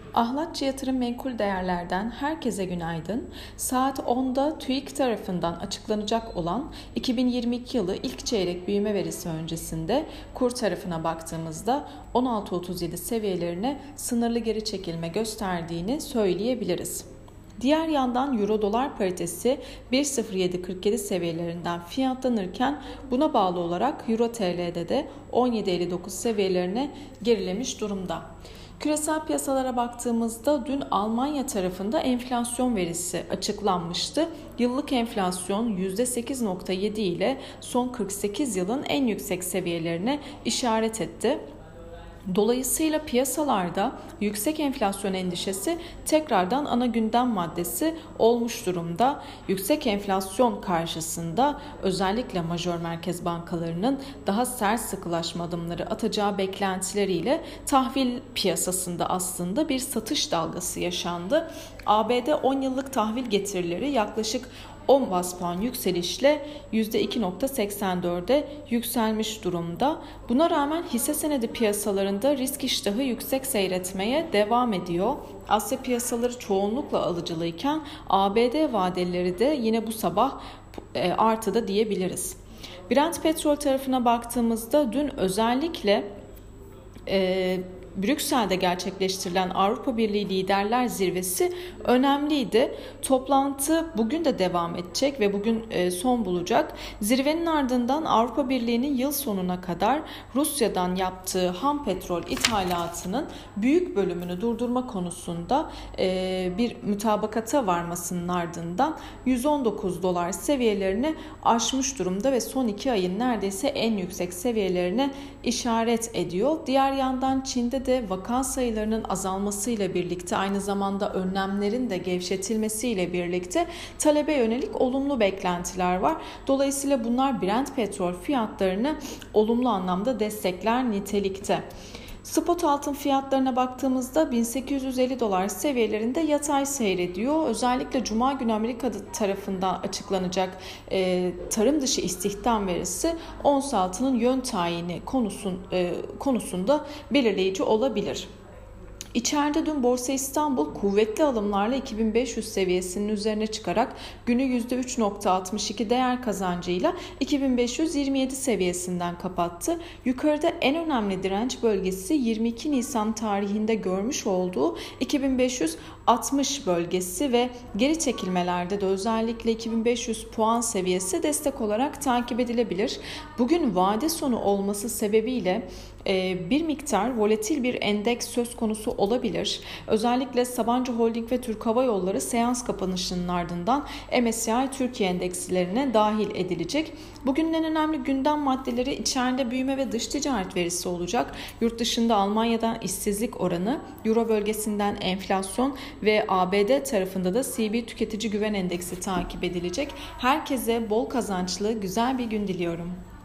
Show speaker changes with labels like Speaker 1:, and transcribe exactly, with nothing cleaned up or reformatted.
Speaker 1: Ahlatçı Yatırım Menkul Değerler'den herkese günaydın. Saat onda TÜİK tarafından açıklanacak olan iki bin yirmi iki yılı ilk çeyrek büyüme verisi öncesinde kur tarafına baktığımızda on altı otuz yedi seviyelerine sınırlı geri çekilme gösterdiğini söyleyebiliriz. Diğer yandan Euro dolar paritesi bir nokta sıfır yedi kırk yedi seviyelerinden fiyatlanırken buna bağlı olarak Euro T L'de de on yedi elli dokuz seviyelerine gerilemiş durumda. Küresel piyasalara baktığımızda dün Almanya tarafında enflasyon verisi açıklanmıştı. Yıllık enflasyon yüzde sekiz virgül yedi ile son kırk sekiz yılın en yüksek seviyelerine işaret etti. Dolayısıyla piyasalarda yüksek enflasyon endişesi tekrardan ana gündem maddesi olmuş durumda. Yüksek enflasyon karşısında özellikle majör merkez bankalarının daha sert sıkılaşma adımları atacağı beklentileriyle tahvil piyasasında aslında bir satış dalgası yaşandı. A B D on yıllık tahvil getirileri yaklaşık on baz puan yükselişle yüzde iki virgül seksen dörde yükselmiş durumda. Buna rağmen hisse senedi piyasalarında risk iştahı yüksek seyretmeye devam ediyor. Asya piyasaları çoğunlukla alıcılıyken A B D vadeleri de yine bu sabah artıda diyebiliriz. Brent petrol tarafına baktığımızda dün özellikle e, Brüksel'de gerçekleştirilen Avrupa Birliği Liderler Zirvesi önemliydi. Toplantı bugün de devam edecek ve bugün son bulacak. Zirvenin ardından Avrupa Birliği'nin yıl sonuna kadar Rusya'dan yaptığı ham petrol ithalatının büyük bölümünü durdurma konusunda bir mütabakata varmasının ardından yüz on dokuz dolar seviyelerini aşmış durumda ve son iki ayın neredeyse en yüksek seviyelerine işaret ediyor. Diğer yandan Çin'de de vaka sayılarının azalmasıyla birlikte aynı zamanda önlemlerin de gevşetilmesiyle birlikte talebe yönelik olumlu beklentiler var. Dolayısıyla bunlar Brent petrol fiyatlarını olumlu anlamda destekler nitelikte. Spot altın fiyatlarına baktığımızda bin sekiz yüz elli dolar seviyelerinde yatay seyrediyor. Özellikle Cuma günü Amerika tarafından açıklanacak e, tarım dışı istihdam verisi ons altının yön tayini konusun, e, konusunda belirleyici olabilir. İçeride dün Borsa İstanbul kuvvetli alımlarla iki bin beş yüz seviyesinin üzerine çıkarak günü yüzde üç virgül altmış iki değer kazancıyla iki bin beş yüz yirmi yedi seviyesinden kapattı. Yukarıda en önemli direnç bölgesi yirmi iki Nisan tarihinde görmüş olduğu iki bin beş yüz altmış bölgesi ve geri çekilmelerde de özellikle iki bin beş yüz puan seviyesi destek olarak takip edilebilir. Bugün vade sonu olması sebebiyle bir miktar volatil bir endeks söz konusu olabilir. Özellikle Sabancı Holding ve Türk Hava Yolları seans kapanışının ardından M S C I Türkiye endekslerine dahil edilecek. Bugünün en önemli gündem maddeleri içeride büyüme ve dış ticaret verisi olacak. Yurt dışında Almanya'dan işsizlik oranı, Euro bölgesinden enflasyon ve A B D tarafında da C B Tüketici Güven Endeksi takip edilecek. Herkese bol kazançlı, güzel bir gün diliyorum.